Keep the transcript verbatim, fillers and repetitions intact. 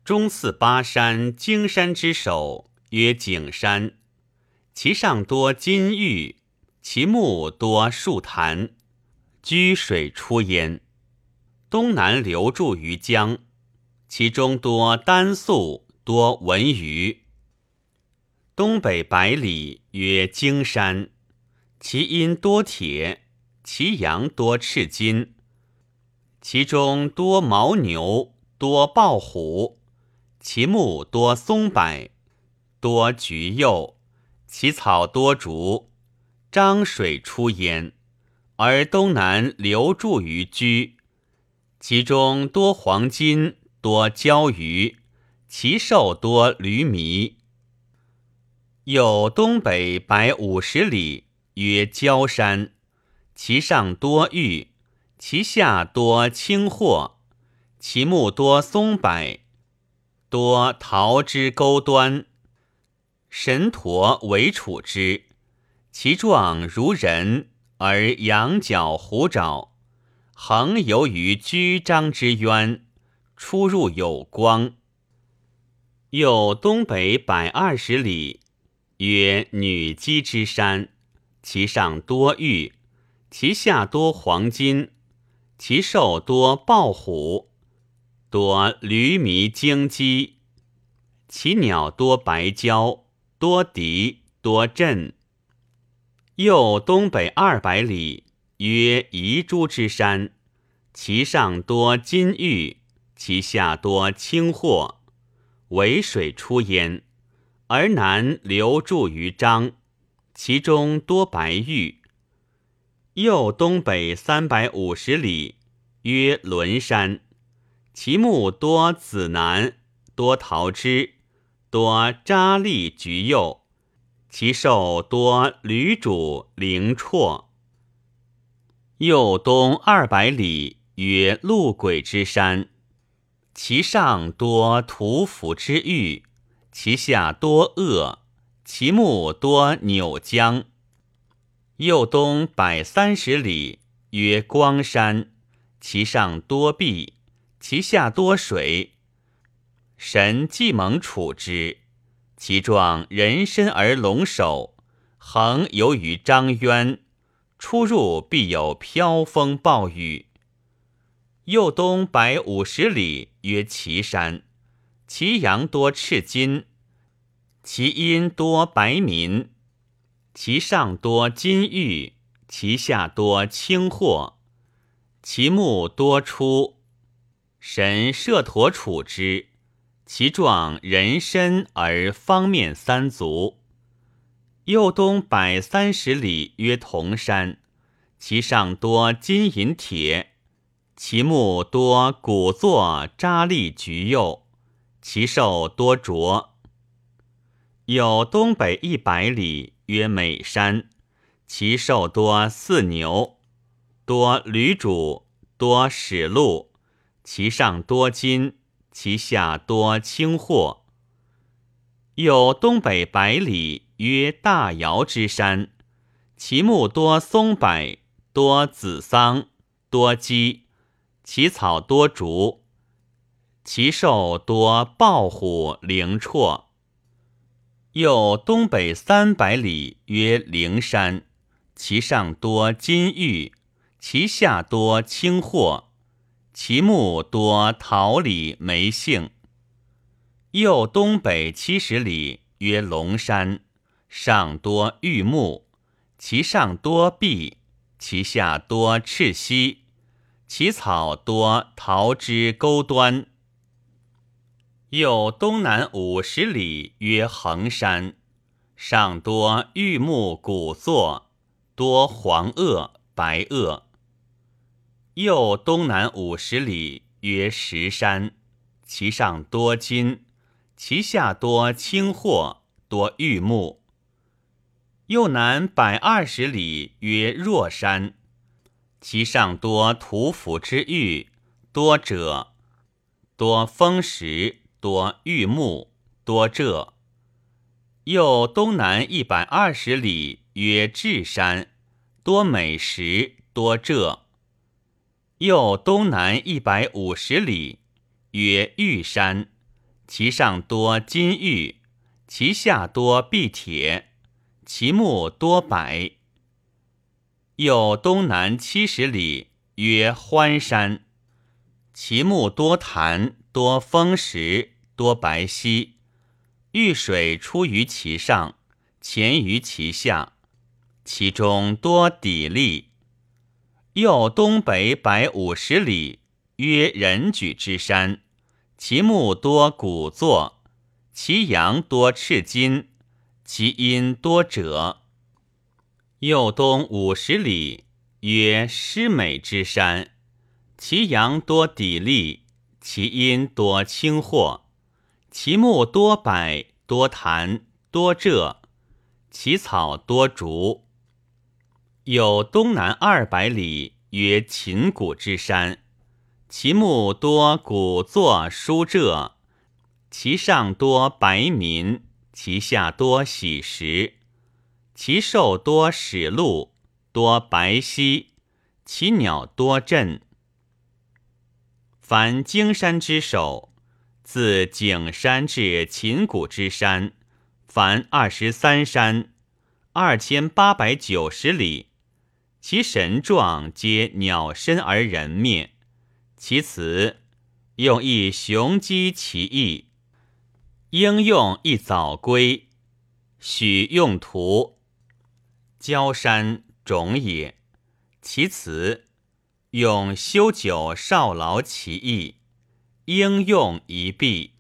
中次巴山荆山之首，曰景山。其上多金玉，其木多树檀，居水出焉。东南流注于江，其中多丹素，多文鱼。东北百里，曰荆山。其阴多铁，其阳多赤金。其中多牦牛，多豹虎。其木多松柏，多橘柚。其草多竹，漳水出焉，而东南流注于居。其中多黄金，多鲛鱼，其兽多驴麋。有东北百五十里，曰焦山。其上多玉，其下多青货。其木多松柏，多桃之钩端。神陀为处之，其状如人，而羊角虎爪，横游于居章之渊，出入有光。又东北百二十里，曰女姬之山。其上多玉，其下多黄金。其兽多豹虎，多驴麋荆鸡。其鸟多白鹪，多敌，多振。又东北二百里，曰遗珠之山。其上多金玉，其下多青货，为水出焉，而南流注于漳，其中多白玉。又东北三百五十里，曰仑山。其木多紫楠，多桃枝，多扎栗橘柚。其兽多驴主灵绰。又东二百里，曰陆鬼之山。其上多屠夫之玉，其下多鳄，其木多扭浆。又东百三十里，曰光山。其上多碧，其下多水。神既蒙处之，其状人身而龙首，横游于漳渊，出入必有飘风暴雨。又东百五十里，曰岐山。其阳多赤金，其阴多白民。其上多金玉，其下多青货。其木多出，神摄陀处之，其状人身而方面三足。又东百三十里，曰铜山。其上多金银铁，其木多古座扎栗橘柚，其兽多啄。有东北一百里，曰美山。其兽多似牛，多驴主，多矢鹿。其上多金，其下多青货。有东北百里，曰大瑶之山。其木多松柏，多紫桑，多鸡。其草多竹，其兽多豹虎灵绰。又东北三百里，曰灵山。其上多金玉，其下多青货。其木多桃李梅杏。又东北七十里，曰龙山。上多玉木，其上多碧，其下多赤溪。其草多桃之钩端。又东南五十里，曰衡山。上多玉木古座，多黄鹗、白鹗。又东南五十里，曰石山。其上多金，其下多青货，多玉木。又南百二十里，曰若山。其上多屠夫之玉，多赭，多风石，多玉木，多柘。又东南一百二十里，曰智山。多美石，多柘。又东南一百五十里，曰玉山。 其上多金玉，其下多碧铁，其木多柏。又东南七十里，曰欢山，其木多檀，多枫石，多白皙，玉水出于其上，潜于其下，其中多砥砺。又东北百五十里，曰人举之山，其木多古座，其阳多赤金，其阴多赭。又东五十里，曰诗美之山，其阳多砥砺，其阴多青货，其木多柏，多檀，多柘，其草多竹。有东南二百里，曰秦谷之山，其木多古座书柘，其上多白民，其下多喜石，其兽多史鹿，多白犀，其鸟多振。凡荆山之首，自景山至秦谷之山，凡二十三山，二千八百九十里，其神状皆鸟身而人面，其辞用一雄鸡其意，应用一早归，许用途，焦山种也。其辞用修久少劳其意，应用一臂。